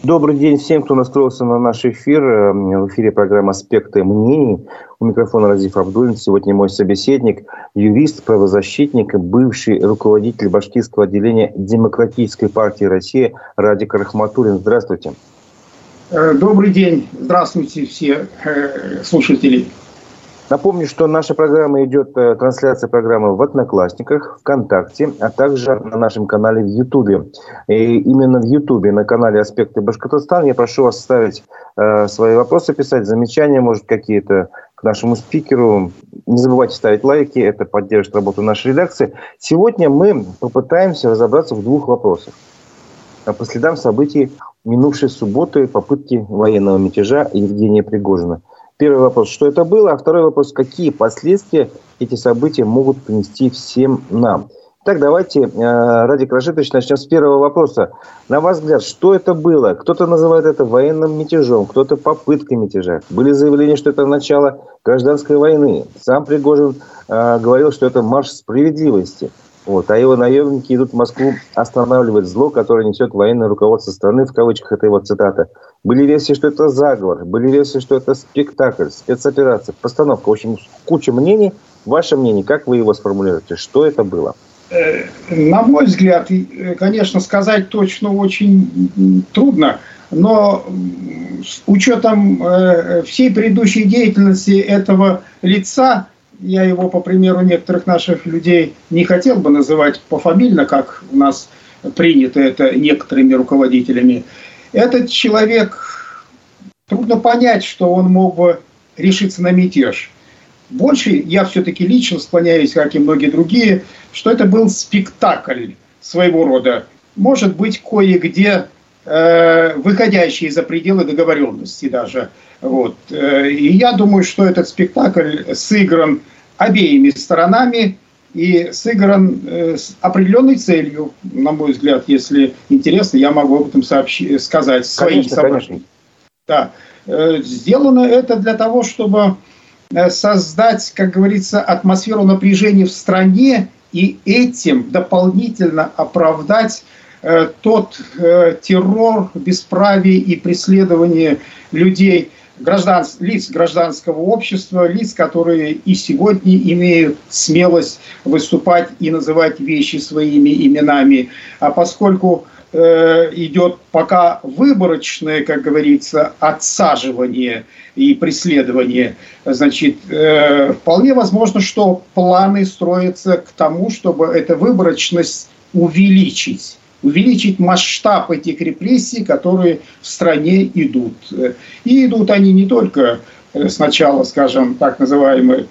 Добрый день всем, кто настроился на наш эфир. В эфире программа «Аспекты мнений». У микрофона Разиф Абдуллин. Сегодня мой собеседник, юрист, правозащитник, бывший руководитель башкирского отделения Демократической партии России Радик Рахматуллин. Здравствуйте. Добрый день. Здравствуйте все слушатели. Напомню, что наша программа идет, трансляция программы в Одноклассниках, ВКонтакте, а также на нашем канале в Ютубе. И именно в Ютубе, на канале «Аспекты Башкортостана», я прошу вас ставить свои вопросы, писать замечания, может, какие-то к нашему спикеру. Не забывайте ставить лайки, это поддержит работу нашей редакции. Сегодня мы попытаемся разобраться в двух вопросах. По следам событий минувшей субботы, попытки военного мятежа Евгения Пригожина. Первый вопрос, что это было, а второй вопрос, какие последствия эти события могут принести всем нам. Так, давайте, Радик Рашитович, начнем с первого вопроса. На ваш взгляд, что это было? Кто-то называет это военным мятежом, кто-то попыткой мятежа. Были заявления, что это начало гражданской войны. Сам Пригожин говорил, что это марш справедливости. А его наемники идут в Москву останавливать зло, которое несет военное руководство страны, в кавычках, это его цитата. Были версии, что это заговор, были версии, что это спектакль, спецоперация, постановка. В общем, куча мнений. Ваше мнение, как вы его сформулируете? Что это было? На мой взгляд, конечно, сказать точно очень трудно, но с учетом всей предыдущей деятельности этого лица, я его, по примеру некоторых наших людей, не хотел бы называть пофамильно, как у нас принято это некоторыми руководителями. Этот человек, трудно понять, что он мог бы решиться на мятеж. Больше я все-таки лично склоняюсь, как и многие другие, что это был спектакль своего рода. Может быть, кое-где выходящий за пределы договоренности даже. И я думаю, что этот спектакль сыгран обеими сторонами и сыгран с определенной целью. На мой взгляд, если интересно, я могу об этом сказать свои соображения. Да. Сделано это для того, чтобы создать, как говорится, атмосферу напряжения в стране и этим дополнительно оправдать тот террор, бесправие и преследование людей, лиц гражданского общества, лиц, которые и сегодня имеют смелость выступать и называть вещи своими именами. А поскольку идет пока выборочное, как говорится, отсаживание и преследование, значит, вполне возможно, что планы строятся к тому, чтобы эту выборочность увеличить масштаб этих репрессий, которые в стране идут. И идут они не только сначала, скажем, так называемой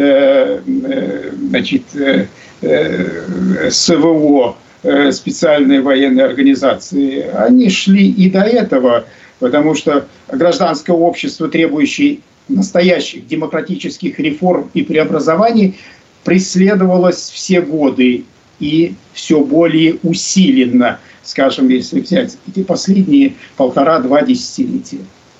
СВО, специальной военной организации, они шли и до этого, потому что гражданское общество, требующее настоящих демократических реформ и преобразований, преследовалось все годы и все более усиленно, скажем, если взять эти последние 1,5-2 десятилетия.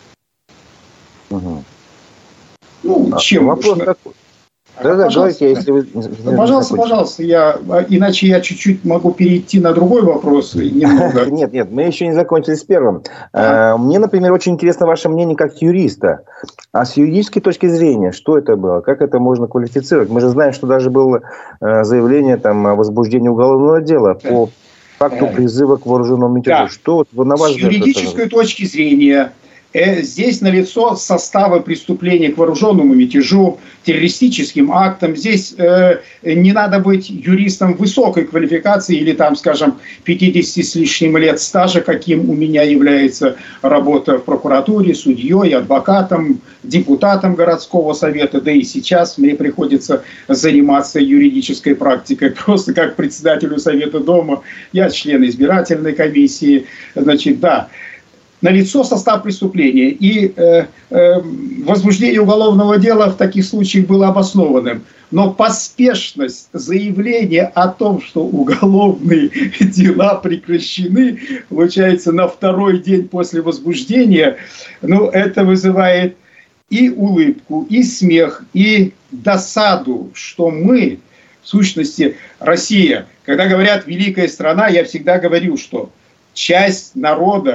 Угу. Чем вопрос такой. Давайте, если вы... Пожалуйста, иначе я чуть-чуть могу перейти на другой вопрос. Немного. Нет, мы еще не закончили с первым. Мне, например, очень интересно ваше мнение как юриста. А с юридической точки зрения, что это было? Как это можно квалифицировать? Мы же знаем, что даже было заявление о возбуждении уголовного дела по факту призыва к вооруженному мятежу. Да. Что, на ваш взгляд, с юридической точки зрения... Здесь налицо составы преступления к вооруженному мятежу, террористическим актам. Здесь не надо быть юристом высокой квалификации или, скажем, 50 с лишним лет стажа, каким у меня является работа в прокуратуре, судьей, адвокатом, депутатом городского совета. Да и сейчас мне приходится заниматься юридической практикой просто как председателю совета дома. Я член избирательной комиссии. Значит, да. Налицо состав преступления, и возбуждение уголовного дела в таких случаях было обоснованным. Но поспешность заявления о том, что уголовные дела прекращены, получается, на второй день после возбуждения, это вызывает и улыбку, и смех, и досаду, что мы, в сущности, Россия, когда говорят «великая страна», я всегда говорю, что часть народа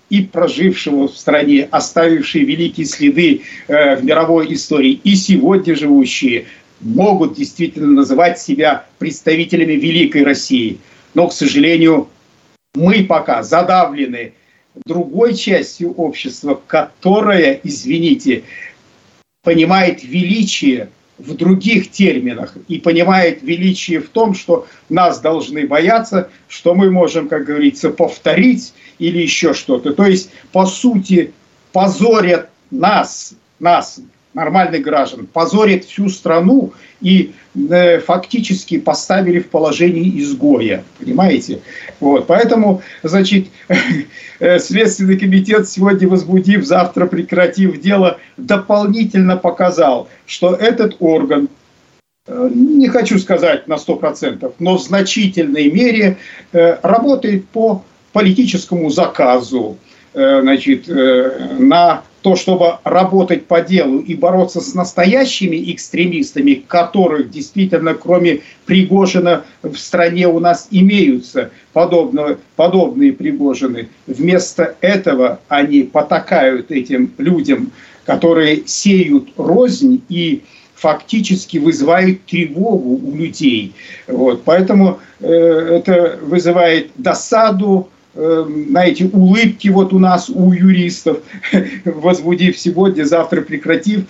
и прожившего в стране, оставившие великие следы в мировой истории, и сегодня живущие, могут действительно называть себя представителями великой России. Но, к сожалению, мы пока задавлены другой частью общества, которая, извините, понимает величие в других терминах и понимает величие в том, что нас должны бояться, что мы можем, как говорится, повторить или еще что-то. То есть, по сути, позорят нас, нормальных граждан, позорят всю страну и фактически поставили в положение изгоя, понимаете? Вот, поэтому, значит, Следственный комитет, сегодня возбудив, завтра прекратив дело, дополнительно показал, что этот орган, не хочу сказать на 100%, но в значительной мере работает по политическому заказу, значит, на то, чтобы работать по делу и бороться с настоящими экстремистами, которых действительно, кроме Пригожина, в стране у нас имеются подобные Пригожины. Вместо этого они потакают этим людям, которые сеют рознь и фактически вызывают тревогу у людей. Вот. Поэтому это вызывает досаду, знаете, улыбки вот у нас, у юристов, возбудив сегодня, завтра прекратив.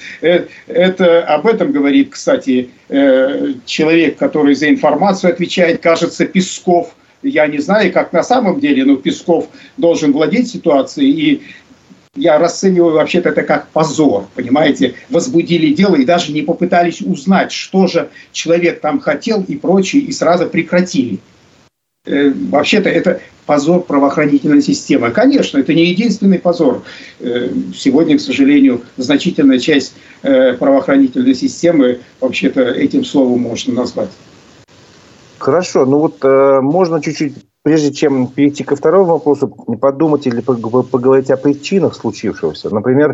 Это об этом говорит, кстати, человек, который за информацию отвечает, кажется, Песков. Я не знаю, как на самом деле, но Песков должен владеть ситуацией, и я расцениваю вообще-то это как позор, понимаете. Возбудили дело и даже не попытались узнать, что же человек там хотел и прочее, и сразу прекратили. Вообще-то это позор правоохранительной системы. Конечно, это не единственный позор. Сегодня, к сожалению, значительная часть правоохранительной системы вообще-то этим словом можно назвать. Хорошо, ну вот можно чуть-чуть, прежде чем перейти ко второму вопросу, подумать или поговорить о причинах случившегося. Например,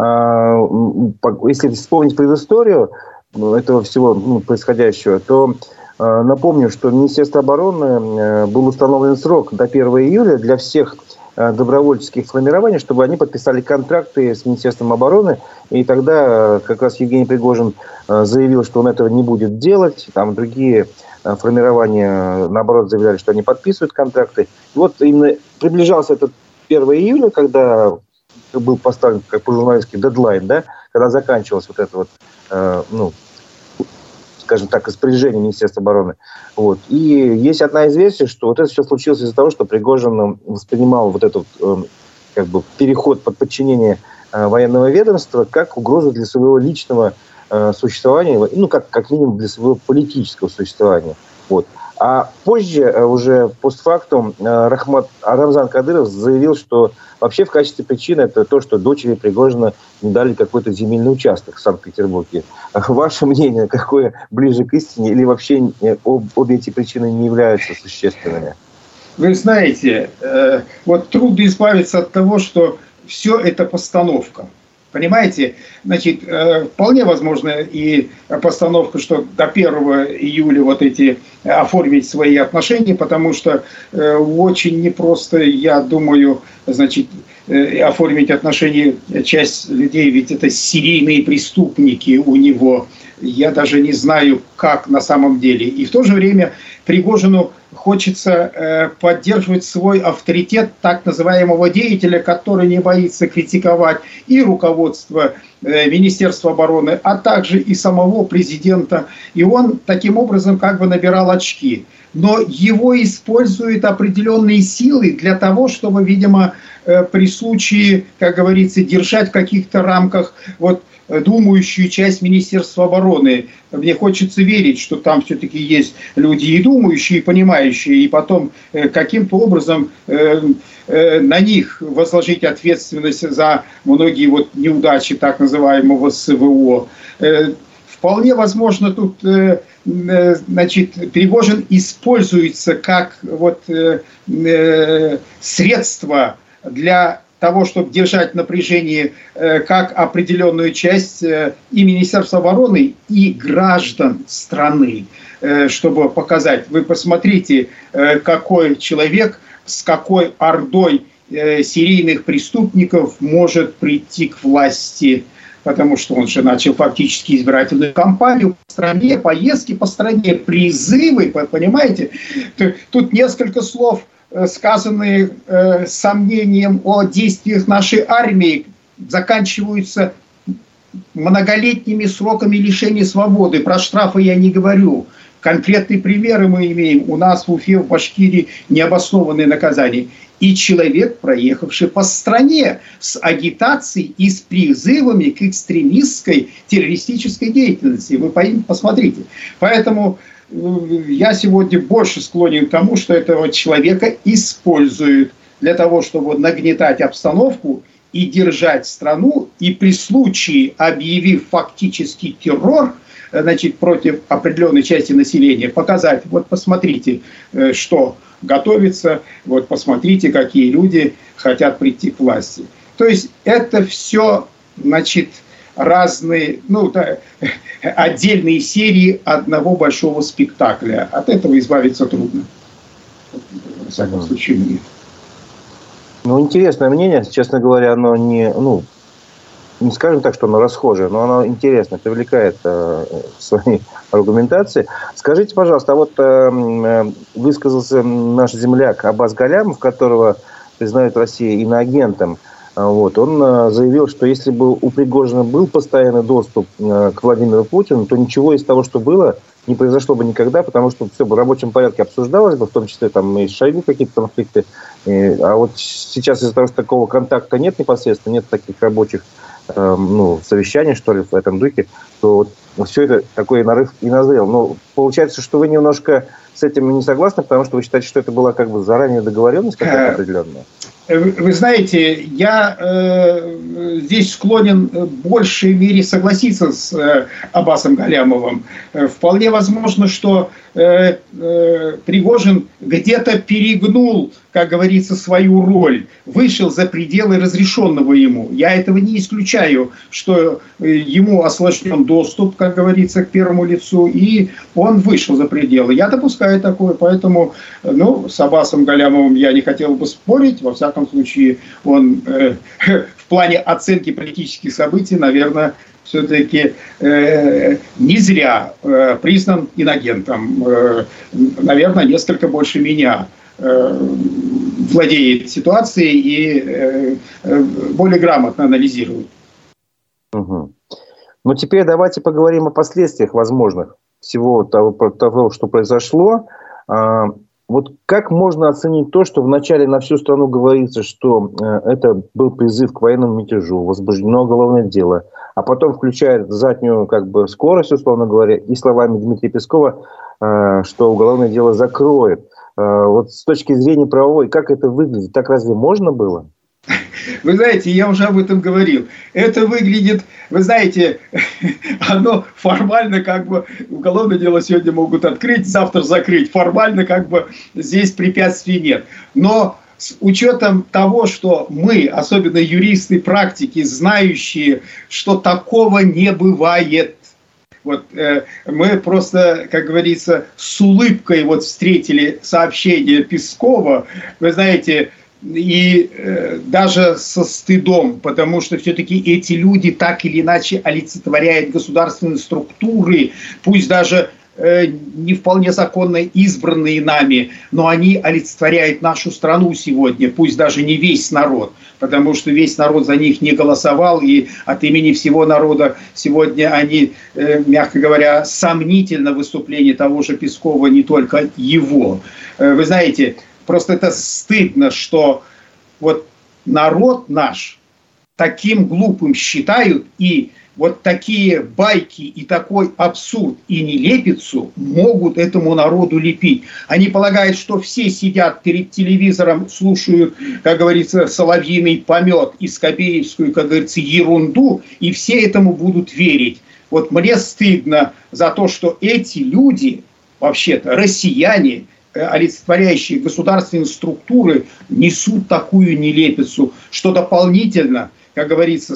если вспомнить предысторию этого всего происходящего, то напомню, что Министерство обороны был установлен срок до 1 июля для всех добровольческих формирований, чтобы они подписали контракты с Министерством обороны. И тогда как раз Евгений Пригожин заявил, что он этого не будет делать. Там другие формирования, наоборот, заявляли, что они подписывают контракты. И вот именно приближался этот 1 июля, когда был поставлен, как по-журналистски, дедлайн, да, когда заканчивалось вот это вот, скажем так, распоряжение Министерства обороны. Вот. И есть одна из версий, что вот это все случилось из-за того, что Пригожин воспринимал вот этот как бы переход под подчинение военного ведомства как угрозу для своего личного существования, ну, как минимум для своего политического существования. Вот. А позже, уже постфактум, Рамзан Кадыров заявил, что вообще в качестве причины это то, что дочери Пригожина не дали какой-то земельный участок в Санкт-Петербурге. Ваше мнение, какое ближе к истине, или вообще обе эти причины не являются существенными? Вы знаете, вот трудно избавиться от того, что все это постановка. Понимаете, значит, вполне возможно и постановка, что до 1 июля вот эти оформить свои отношения, потому что очень непросто, я думаю, значит, оформить отношения, часть людей, ведь это серийные преступники у него. Я даже не знаю, как на самом деле. И в то же время Пригожину хочется поддерживать свой авторитет так называемого деятеля, который не боится критиковать и руководство Министерства обороны, а также и самого президента. И он таким образом как бы набирал очки. Но его используют определенные силы для того, чтобы, видимо, при случае, как говорится, держать в каких-то рамках вот думающую часть Министерства обороны. Мне хочется верить, что там все-таки есть люди и думающие, и понимающие, и потом каким-то образом на них возложить ответственность за многие вот неудачи так называемого СВО. Вполне возможно, тут значит, Пригожин используется как вот средство для того, чтобы держать напряжение как определенную часть и Министерства обороны, и граждан страны, чтобы показать. Вы посмотрите, какой человек с какой ордой серийных преступников может прийти к власти, потому что он же начал фактически избирательную кампанию по стране, поездки по стране, призывы, понимаете? Тут несколько слов, сказанные с сомнением о действиях нашей армии, заканчиваются многолетними сроками лишения свободы. Про штрафы я не говорю. Конкретные примеры мы имеем. У нас в Уфе, в Башкирии необоснованные наказания. И человек, проехавший по стране с агитацией и с призывами к экстремистской террористической деятельности. Вы посмотрите. Поэтому я сегодня больше склонен к тому, что этого человека используют для того, чтобы нагнетать обстановку и держать страну, и при случае, объявив фактический террор, значит, против определенной части населения, показать, вот посмотрите, что готовится, вот посмотрите, какие люди хотят прийти к власти. То есть это все, значит, разные, отдельные серии одного большого спектакля. От этого избавиться трудно. В всяком случае, мне. Интересное мнение, честно говоря, оно не скажем так, что оно расхожее, но оно интересно, привлекает своей аргументацией. Скажите, пожалуйста, а вот высказался наш земляк Аббас Галямов, которого признают Россию иноагентом. Вот, он заявил, что если бы у Пригожина был постоянный доступ к Владимиру Путину, то ничего из того, что было, не произошло бы никогда, потому что все бы в рабочем порядке обсуждалось бы, в том числе там и с Шойгу какие-то конфликты. А вот сейчас из-за того, что такого контакта нет непосредственно, нет таких рабочих совещаний, что ли, в этом духе, то вот все это такой нарыв и назрел. Но получается, что вы немножко с этим не согласны, потому что вы считаете, что это была как бы заранее договоренность какая-то определенная? Вы знаете, я здесь склонен в большей мере согласиться с Аббасом Галямовым. Вполне возможно, что Пригожин где-то перегнул, как говорится, свою роль, вышел за пределы разрешенного ему. Я этого не исключаю, что ему осложнен доступ, как говорится, к первому лицу, и он вышел за пределы. Я допускаю такое, поэтому с Аббасом Галямовым я не хотел бы спорить. Во всяком случае, он в плане оценки политических событий, наверное, все-таки не зря признан инагентом. Наверное, несколько больше меня владеет ситуацией и более грамотно анализирует. Угу. Ну, теперь давайте поговорим о последствиях возможных всего того, что произошло. Вот как можно оценить то, что вначале на всю страну говорится, что это был призыв к военному мятежу, возбуждено уголовное дело, а потом включает заднюю скорость, условно говоря, и словами Дмитрия Пескова, что уголовное дело закроет. Вот с точки зрения правовой, как это выглядит? Так разве можно было? Вы знаете, я уже об этом говорил. Это выглядит, вы знаете, оно формально уголовное дело сегодня могут открыть, завтра закрыть. Формально здесь препятствий нет. Но с учетом того, что мы, особенно юристы практики, знающие, что такого не бывает. Вот мы просто, как говорится, с улыбкой встретили сообщение Пескова. Вы знаете, и даже со стыдом, потому что все-таки эти люди так или иначе олицетворяют государственные структуры, пусть даже не вполне законно избранные нами, но они олицетворяют нашу страну сегодня, пусть даже не весь народ, потому что весь народ за них не голосовал, и от имени всего народа сегодня они, мягко говоря, сомнительно выступление того же Пескова, не только его. Вы знаете, просто это стыдно, что народ наш таким глупым считают, и вот такие байки и такой абсурд и нелепицу могут этому народу лепить. Они полагают, что все сидят перед телевизором, слушают, как говорится, соловьиный помет и скобеевскую, как говорится, ерунду, и все этому будут верить. Вот мне стыдно за то, что эти люди, вообще-то россияне, олицетворяющие государственные структуры, несут такую нелепицу, что дополнительно, как говорится,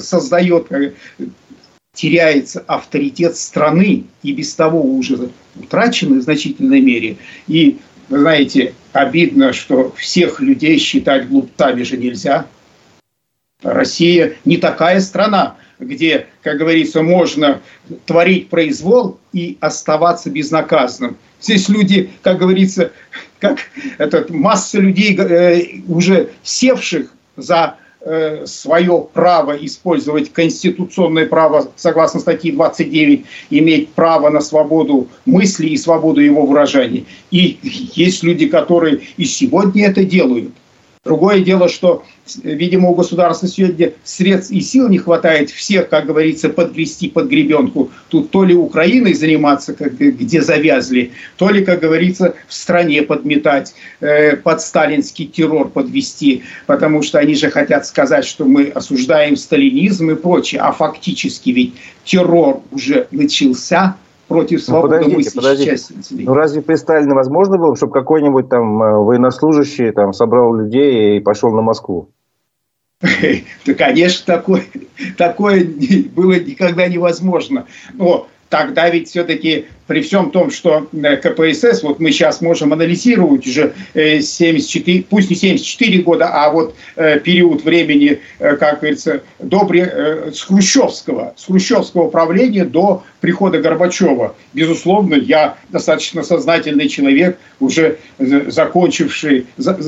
теряется авторитет страны, и без того уже утраченный в значительной мере. И вы знаете, обидно, что всех людей считать глупцами же нельзя. Россия не такая страна, где, как говорится, можно творить произвол и оставаться безнаказанным. Здесь люди, как говорится, масса людей, уже севших за свое право использовать конституционное право, согласно статье 29, иметь право на свободу мысли и свободу его выражения. И есть люди, которые и сегодня это делают. Другое дело, что, видимо, у государства сегодня средств и сил не хватает всех, как говорится, подгрести под гребенку. Тут то ли Украиной заниматься, где завязли, то ли, как говорится, в стране подметать, под сталинский террор подвести. Потому что они же хотят сказать, что мы осуждаем сталинизм и прочее. А фактически ведь террор уже начался против свободы мысли части населения. Ну разве при Сталине возможно было, чтобы какой-нибудь там военнослужащий там собрал людей и пошел на Москву? Да, конечно, такое было никогда невозможно. Но тогда ведь все-таки при всем том, что КПСС, вот мы сейчас можем анализировать уже 74, пусть не 74 года, а вот период времени, как говорится, с хрущевского правления до прихода Горбачева. Безусловно, я достаточно сознательный человек, уже учившийся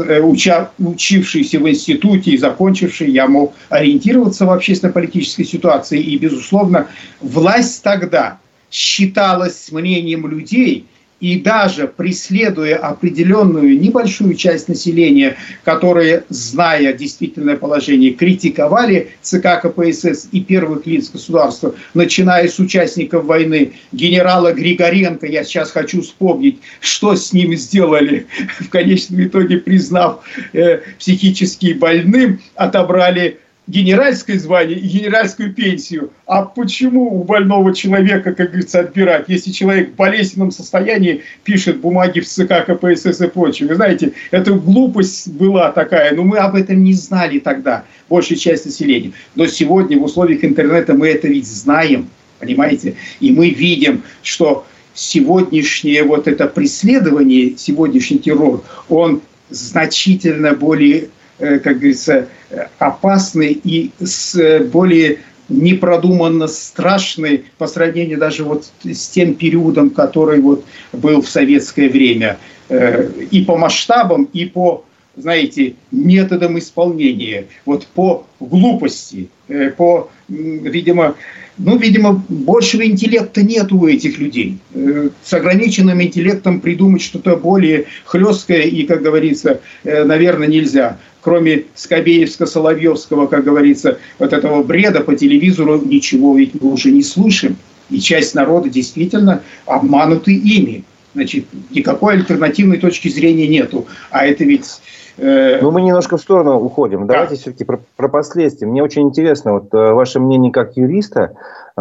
в институте и закончивший, я мог ориентироваться в общественно-политической ситуации. И, безусловно, власть тогда считалось мнением людей, и даже преследуя определенную небольшую часть населения, которые, зная действительное положение, критиковали ЦК КПСС и первых лиц государства, начиная с участников войны, генерала Григоренко, я сейчас хочу вспомнить, что с ним сделали, в конечном итоге признав психически больным, отобрали генеральское звание и генеральскую пенсию. А почему у больного человека, как говорится, отбирать, если человек в болезненном состоянии пишет бумаги в ЦК КПСС и прочее? Вы знаете, это глупость была такая, но мы об этом не знали тогда, большая часть населения. Но сегодня в условиях интернета мы это ведь знаем, понимаете? И мы видим, что сегодняшнее вот это преследование, сегодняшний террор, он значительно более, как говорится, опасный и более непродуманно страшный по сравнению даже вот с тем периодом, который вот был в советское время. И по масштабам, и по, знаете, методам исполнения, вот по глупости, по, видимо, большего интеллекта нет у этих людей. С ограниченным интеллектом придумать что-то более хлесткое и, как говорится, наверное, нельзя. Кроме Скобеевско-Соловьевского, как говорится, вот этого бреда по телевизору, ничего ведь мы уже не слышим. И часть народа действительно обмануты ими. Значит, никакой альтернативной точки зрения нету. А это ведь... Ну, мы немножко в сторону уходим. Да. Давайте все-таки про последствия. Мне очень интересно, вот ваше мнение как юриста.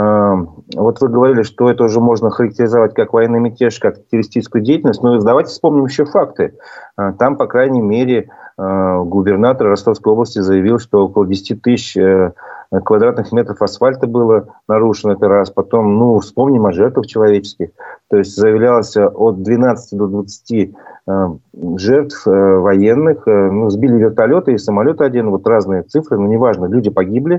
Вот вы говорили, что это уже можно характеризовать как военный мятеж, как террористическую деятельность. Но давайте вспомним еще факты. Там, по крайней мере, губернатор Ростовской области заявил, что около 10 тысяч квадратных метров асфальта было нарушено. Это раз. Потом, вспомним о жертвах человеческих. То есть заявлялось от 12 до 20 жертв военных. Сбили вертолеты и самолеты один. Вот разные цифры, но неважно, люди погибли.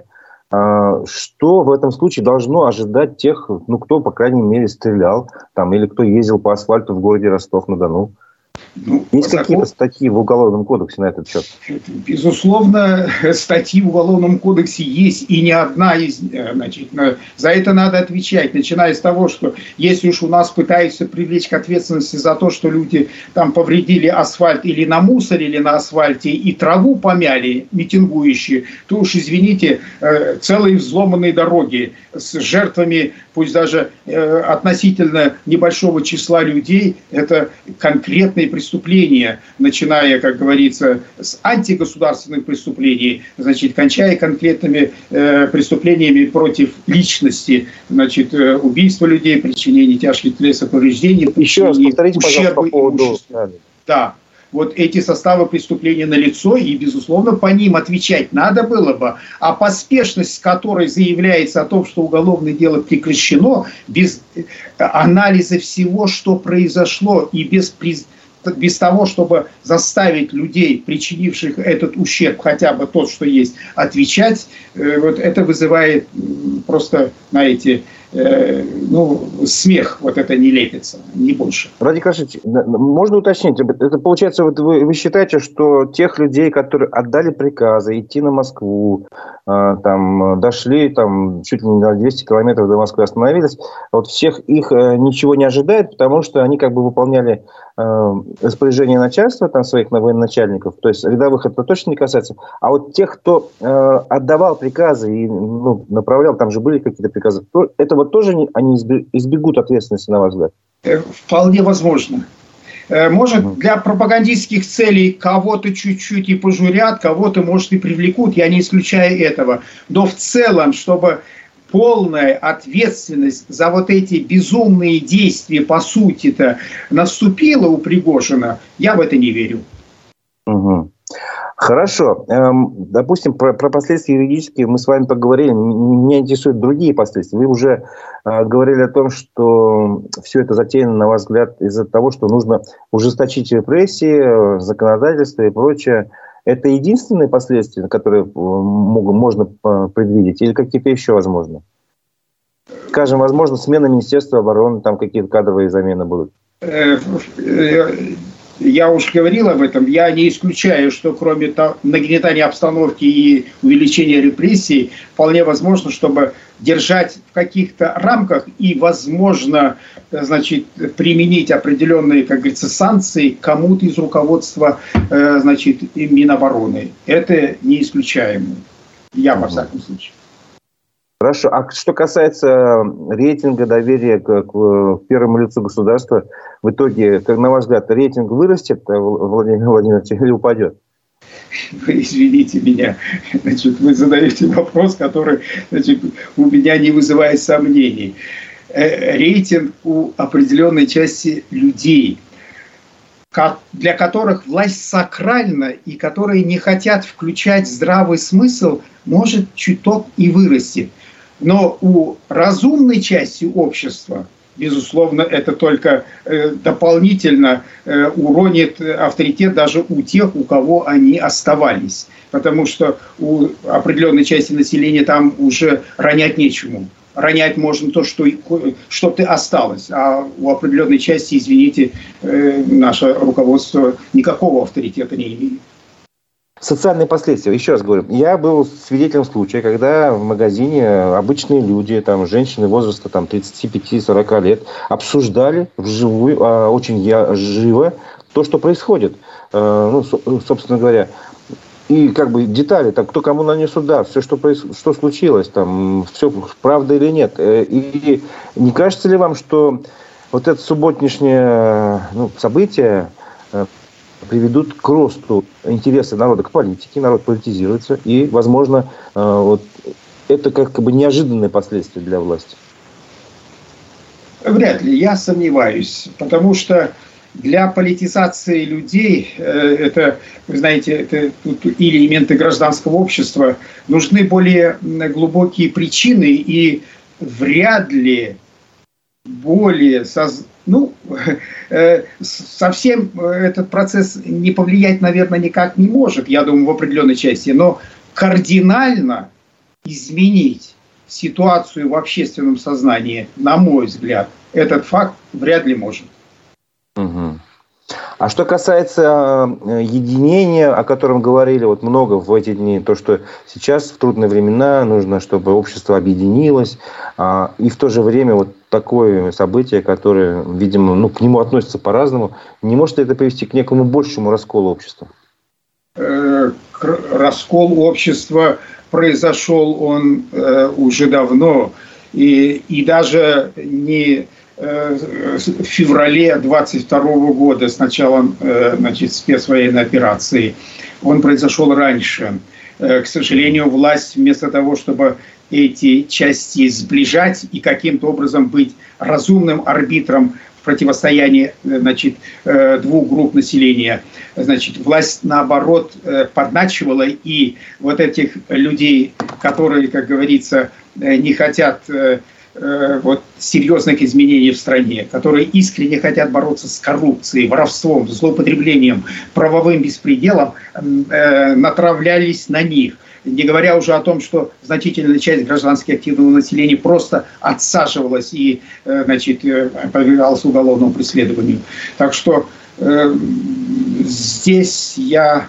Что в этом случае должно ожидать тех, кто, по крайней мере, стрелял там, или кто ездил по асфальту в городе Ростов-на-Дону? Есть какие-то статьи в Уголовном кодексе на этот счет? Безусловно, статьи в Уголовном кодексе есть, и не одна из... Значит, за это надо отвечать, начиная с того, что если уж у нас пытаются привлечь к ответственности за то, что люди там повредили асфальт или намусорили на асфальте и траву помяли, митингующие, то уж, извините, целые взломанные дороги с жертвами, пусть даже относительно небольшого числа людей, это конкретные преступления, начиная, как говорится, с антигосударственных преступлений, значит, кончая конкретными преступлениями против личности, значит, убийство людей, причинение тяжких телесных повреждений, еще раз повторите, пожалуйста, по поводу... Да. Вот эти составы преступления налицо, и, безусловно, по ним отвечать надо было бы. А поспешность, с которой заявляется о том, что уголовное дело прекращено, без анализа всего, что произошло, и без без того, чтобы заставить людей, причинивших этот ущерб, хотя бы тот, что есть, отвечать, вот это вызывает просто, знаете, смех, вот это не лепится, не больше. Радик Рашидович, можно уточнить, это получается, вот вы считаете, что тех людей, которые отдали приказы идти на Москву, там, дошли там, чуть ли не на 200 километров до Москвы, остановились, вот всех их ничего не ожидает, потому что они как бы выполняли распоряжение начальства, там, своих военачальников, то есть рядовых это точно не касается, а вот тех, кто отдавал приказы и направлял, там же были какие-то приказы, это вот тоже они избегут ответственности, на ваш взгляд? Вполне возможно. Может, для пропагандистских целей кого-то чуть-чуть и пожурят, кого-то, может, и привлекут, я не исключаю этого. Но в целом, чтобы полная ответственность за вот эти безумные действия, по сути-то, наступила у Пригожина, я в это не верю. Угу. Хорошо. Допустим, про последствия юридические мы с вами поговорили. Меня интересуют другие последствия. Вы уже говорили о том, что все это затеяно, на ваш взгляд, из-за того, что нужно ужесточить репрессии, законодательство и прочее. Это единственные последствия, которые можно предвидеть, или какие-то еще возможны? Скажем, возможно, смена Министерства обороны, там какие-то кадровые замены будут. Я уж говорил об этом, я не исключаю, что кроме нагнетания обстановки и увеличения репрессий, вполне возможно, чтобы держать в каких-то рамках и, возможно, значит, применить определенные, как говорится, санкции кому-то из руководства, значит, Минобороны. Это не исключаемо. Я, во всяком случае. Хорошо. А что касается рейтинга доверия к первому лицу государства, в итоге, как на ваш взгляд, рейтинг вырастет, Владимир Владимирович, или упадет? Вы извините меня, значит, вы задаете вопрос, который, значит, у меня не вызывает сомнений. Рейтинг у определенной части людей, для которых власть сакральна и которые не хотят включать здравый смысл, может чуток и вырасти. Но у разумной части общества, безусловно, это только дополнительно уронит авторитет даже у тех, у кого они оставались. Потому что у определенной части населения там уже ронять нечему. Ронять можно то, что ты осталось. А у определенной части, извините, наше руководство никакого авторитета не имеет. Социальные последствия. Еще раз говорю, я был свидетелем случая, когда в магазине обычные люди, там, женщины возраста там, 35-40 лет, обсуждали вживую, очень живо то, что происходит. Собственно говоря, и как бы детали, там, кто кому нанес удар, все, что случилось, там, все правда или нет. И не кажется ли вам, что вот это субботнешнее событие приведут к росту интереса народа к политике, народ политизируется, и, возможно, вот это как бы неожиданные последствия для власти? Вряд ли, я сомневаюсь, потому что для политизации людей, это, вы знаете, это и элементы гражданского общества, нужны более глубокие причины, и вряд ли более совсем этот процесс не повлиять, наверное, никак не может, я думаю, в определенной части, но кардинально изменить ситуацию в общественном сознании, на мой взгляд, этот факт вряд ли может. Угу. А что касается единения, о котором говорили вот много в эти дни, то, что сейчас в трудные времена нужно, чтобы общество объединилось, и в то же время вот такое событие, которое, видимо, к нему относится по-разному, не может ли это привести к некому большему расколу общества? Раскол общества произошел, он уже давно, и даже не в феврале 22 года, с началом спецвоенной операции, он произошел раньше. К сожалению, власть вместо того, чтобы эти части сближать и каким-то образом быть разумным арбитром в противостоянии двух групп населения, власть, наоборот, подначивала, и вот этих людей, которые, как говорится, не хотят вот, серьезных изменений в стране, которые искренне хотят бороться с коррупцией, воровством, злоупотреблением, правовым беспределом, натравлялись на них. Не говоря уже о том, что значительная часть граждански активного населения просто отсаживалась и, значит, подвергалась уголовному преследованию. Так что здесь я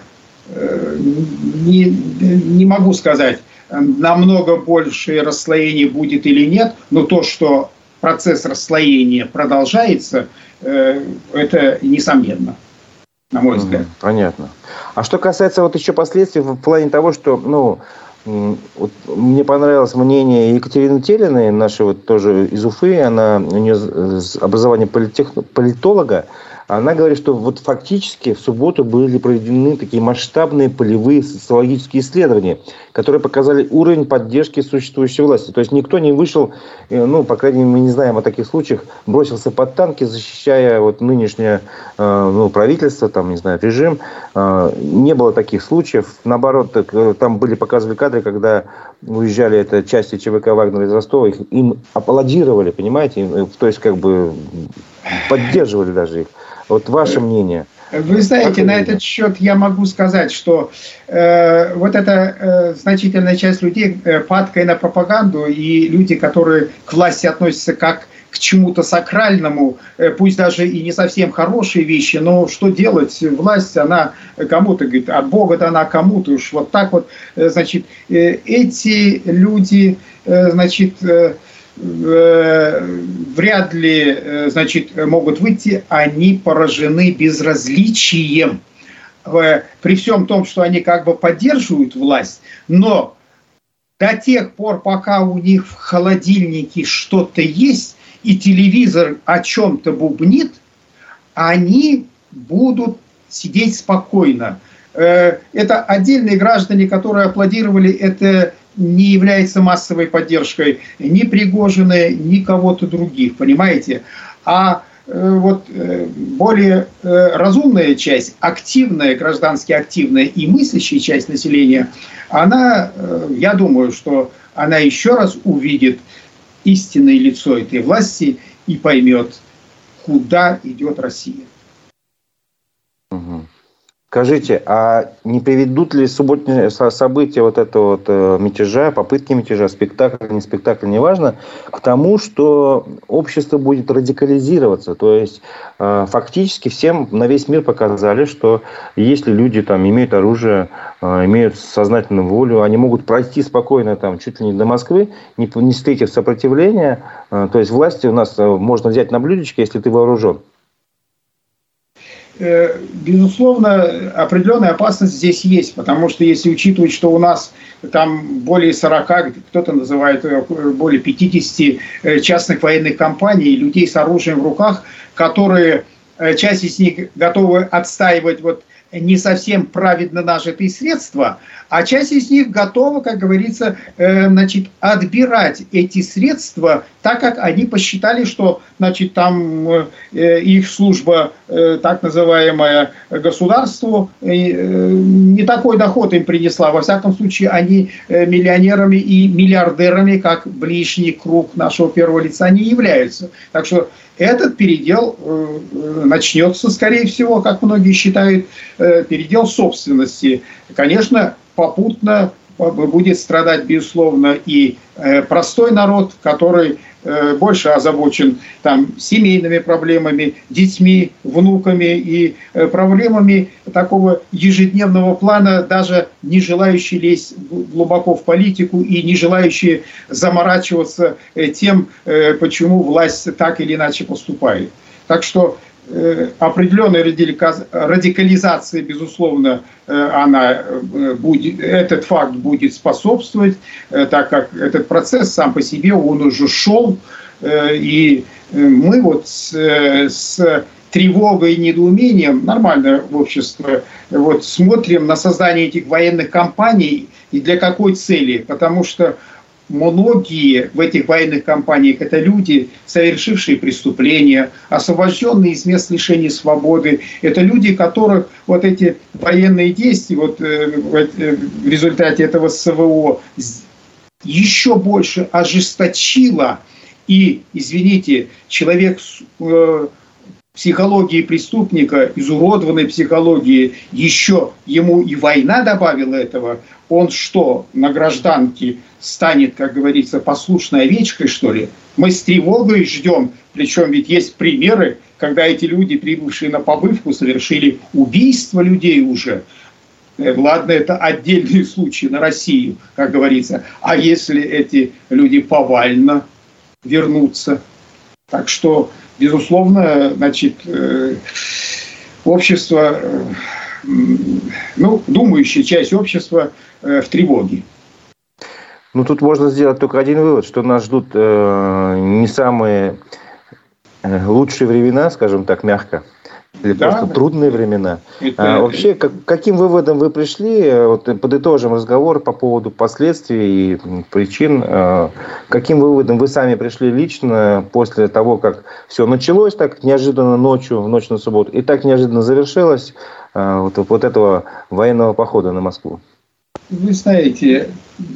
не могу сказать, намного больше расслоения будет или нет, но то, что процесс расслоения продолжается, это несомненно, на мой взгляд. Понятно. А что касается вот еще последствий в плане того, что, ну, вот мне понравилось мнение Екатерины Телиной, нашей вот тоже из Уфы, у нее образование политолога. Она говорит, что вот фактически в субботу были проведены такие масштабные полевые социологические исследования, которые показали уровень поддержки существующей власти. То есть никто не вышел, ну, по крайней мере, мы не знаем о таких случаях, бросился под танки, защищая вот нынешнее правительство, там, не знаю, режим. Не было таких случаев. Наоборот, там показывали кадры, когда уезжали части ЧВК «Вагнера» из Ростова, им аплодировали, понимаете? То есть как бы поддерживали даже их. Вот ваше мнение. Вы знаете, на этот счет я могу сказать, что вот эта значительная часть людей падкая на пропаганду, и люди, которые к власти относятся как к чему-то сакральному, пусть даже и не совсем хорошие вещи, но что делать? Власть, она кому-то говорит, от Бога дана кому-то, уж вот так вот. Значит, эти люди, значит, вряд ли, значит, могут выйти, они поражены безразличием. При всем том, что они как бы поддерживают власть, но до тех пор, пока у них в холодильнике что-то есть, и телевизор о чем-то бубнит, они будут сидеть спокойно. Это отдельные граждане, которые аплодировали, это не является массовой поддержкой ни Пригожина, ни кого-то других, понимаете? А вот более разумная часть, активная, граждански активная и мыслящая часть населения, она, я думаю, что она еще раз увидит истинное лицо этой власти и поймет, куда идет Россия. Скажите, а не приведут ли субботние события вот этого вот мятежа, попытки мятежа, спектакль, не спектакль, неважно, к тому, что общество будет радикализироваться? То есть фактически всем на весь мир показали, что если люди там имеют оружие, имеют сознательную волю, они могут пройти спокойно там чуть ли не до Москвы, не встретив сопротивления. То есть власти у нас можно взять на блюдечко, если ты вооружен. Безусловно, определенная опасность здесь есть, потому что если учитывать, что у нас там более 40, кто-то называет более 50 частных военных компаний, людей с оружием в руках, которые, часть из них готовы отстаивать вот не совсем праведно нажитые средства, а часть из них готова, как говорится, значит, отбирать эти средства, так как они посчитали, что, значит, там их служба, так называемая, государству, не такой доход им принесла. Во всяком случае, они миллионерами и миллиардерами, как ближний круг нашего первого лица, не являются. Так что этот передел начнется, скорее всего, как многие считают, передел собственности. Конечно, попутно будет страдать, безусловно, и простой народ, который больше озабочен там семейными проблемами, детьми, внуками и проблемами такого ежедневного плана, даже не желающий лезть глубоко в политику и не желающий заморачиваться тем, почему власть так или иначе поступает. Так что определенная радикализация, безусловно, она будет, этот факт будет способствовать, так как этот процесс сам по себе, он уже шел, и мы вот с тревогой и недоумением, нормальное общество, вот смотрим на создание этих военных компаний и для какой цели, потому что многие в этих военных компаниях это люди, совершившие преступления, освобожденные из мест лишения свободы. Это люди, которых вот эти военные действия вот, в результате этого СВО еще больше ожесточило И, извините, человек с психологией преступника, изуродованной психологией, еще ему и война добавила этого, он что, на гражданке станет, как говорится, послушной овечкой, что ли? Мы с тревогой ждем, причем ведь есть примеры, когда эти люди, прибывшие на побывку, совершили убийство людей уже. Ладно, это отдельные случаи на Россию, как говорится. А если эти люди повально вернутся? Так что, безусловно, значит, общество, думающая часть общества в тревоге. Тут можно сделать только один вывод, что нас ждут не самые лучшие времена, скажем так, мягко, или просто трудные времена. Вообще, каким выводом вы пришли, подытожим разговор по поводу последствий и причин, каким выводом вы сами пришли лично после того, как все началось так неожиданно ночью, в ночь на субботу, и так неожиданно завершилось вот этого военного похода на Москву? Вы знаете,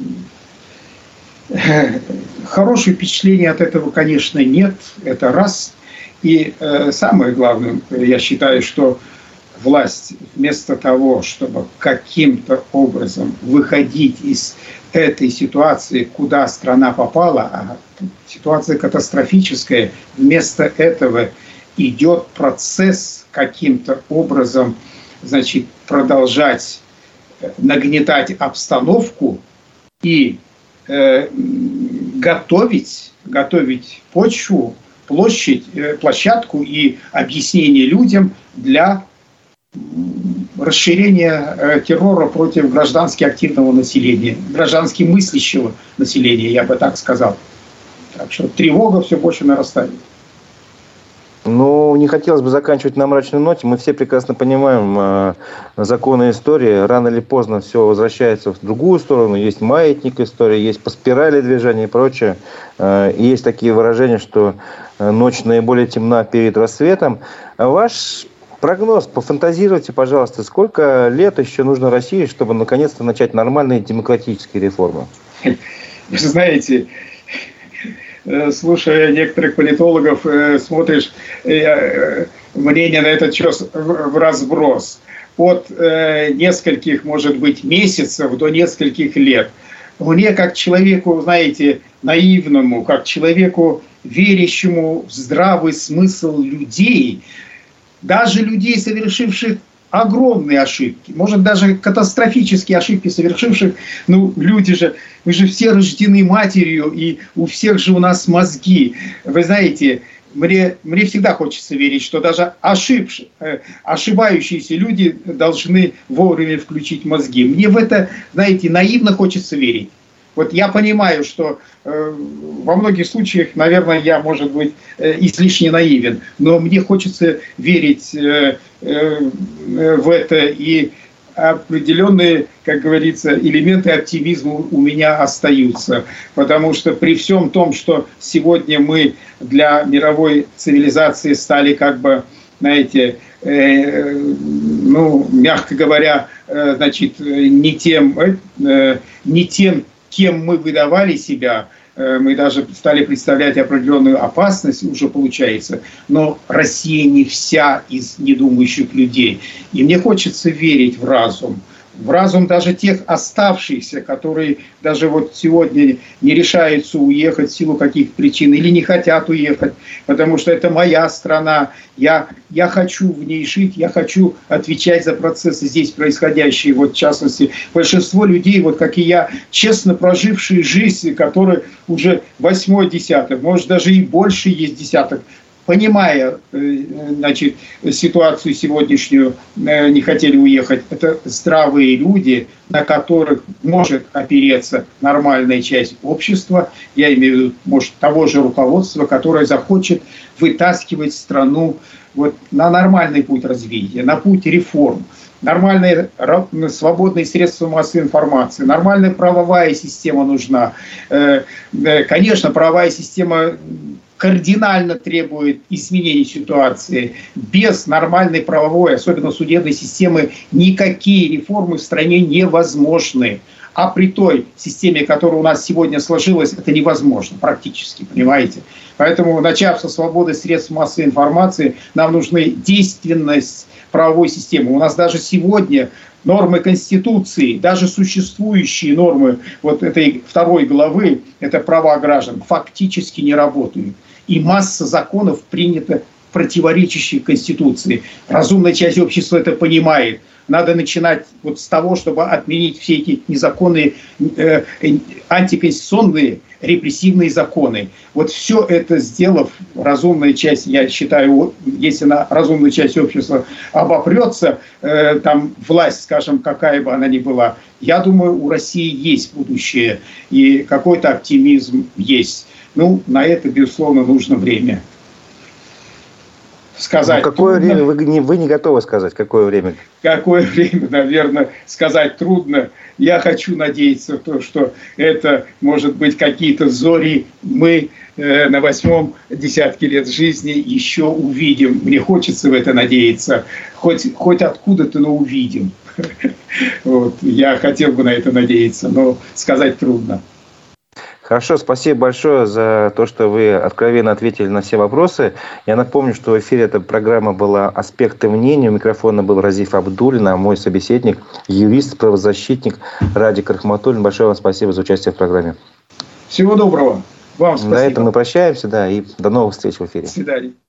хорошего впечатления от этого, конечно, нет, это раз. И самое главное, я считаю, что власть вместо того, чтобы каким-то образом выходить из этой ситуации, куда страна попала, а ситуация катастрофическая, вместо этого идет процесс каким-то образом, значит, продолжать нагнетать обстановку и готовить почву, площадку и объяснение людям для расширения террора против граждански активного населения, граждански мыслящего населения, я бы так сказал. Так что тревога все больше нарастает. Не хотелось бы заканчивать на мрачной ноте. Мы все прекрасно понимаем законы истории. Рано или поздно все возвращается в другую сторону. Есть маятник истории, есть по спирали движения и прочее. И есть такие выражения, что ночь наиболее темна перед рассветом. Ваш прогноз, пофантазируйте, пожалуйста, сколько лет еще нужно России, чтобы наконец-то начать нормальные демократические реформы? Вы знаете, слушая некоторых политологов, смотришь мнение на этот счет в разброс. От нескольких, может быть, месяцев до нескольких лет. Мне, как человеку, знаете, наивному, как человеку, верящему в здравый смысл людей, даже людей, совершивших огромные ошибки, может, даже катастрофические ошибки совершивших, люди же, мы же все рождены матерью, и у всех же у нас мозги. Вы знаете, мне всегда хочется верить, что даже ошибающиеся люди должны вовремя включить мозги. Мне в это, знаете, наивно хочется верить. Вот я понимаю, что во многих случаях, наверное, я, может быть, излишне наивен, но мне хочется верить в это, и определенные, как говорится, элементы оптимизма у меня остаются. Потому что при всем том, что сегодня мы для мировой цивилизации стали, как бы, знаете, мягко говоря, значит, не тем, кем мы выдавали себя, мы даже стали представлять определенную опасность, уже получается, но Россия не вся из недумающих людей. И мне хочется верить в разум даже тех оставшихся, которые даже вот сегодня не решаются уехать в силу каких причин или не хотят уехать, потому что это моя страна, я хочу в ней жить, я хочу отвечать за процессы здесь происходящие. Вот в частности, большинство людей, вот как и я, честно прожившие жизнь, которые уже 8-й десяток, может даже и больше есть десяток, понимая, значит, ситуацию сегодняшнюю, не хотели уехать. Это здравые люди, на которых может опереться нормальная часть общества, я имею в виду, может, того же руководства, которое захочет вытаскивать страну вот на нормальный путь развития, на путь реформ, нормальные свободные средства массовой информации, нормальная правовая система нужна. Конечно, правовая система кардинально требует изменения ситуации. Без нормальной правовой, особенно судебной системы, никакие реформы в стране невозможны. А при той системе, которая у нас сегодня сложилась, это невозможно практически, понимаете? Поэтому, начав со свободы средств массовой информации, нам нужна действенность правовой системы. У нас даже сегодня нормы Конституции, даже существующие нормы вот этой 2 главы, это права граждан, фактически не работают. И масса законов принята противоречащих Конституции. Разумная часть общества это понимает. Надо начинать вот с того, чтобы отменить все эти незаконные, антиконституционные, репрессивные законы. Вот все это сделав, разумная часть, я считаю, если на разумную часть общества обопрется, там власть, скажем, какая бы она ни была, я думаю, у России есть будущее и какой-то оптимизм есть. Ну, на это, безусловно, нужно время. Сказать какое трудно. время вы не готовы сказать, какое время? Какое время, наверное, сказать трудно. Я хочу надеяться, что это, может быть, какие-то зори мы на 8-м десятке лет жизни еще увидим. Мне хочется в это надеяться. Хоть откуда-то, но увидим. Вот. Я хотел бы на это надеяться, но сказать трудно. Хорошо, спасибо большое за то, что вы откровенно ответили на все вопросы. Я напомню, что в эфире эта программа была «Аспекты мнения». У микрофона был Разиф Абдуллин, а мой собеседник, юрист, правозащитник Радик Рахматуллин. Большое вам спасибо за участие в программе. Всего доброго. Вам спасибо. На этом мы прощаемся, и до новых встреч в эфире. До свидания.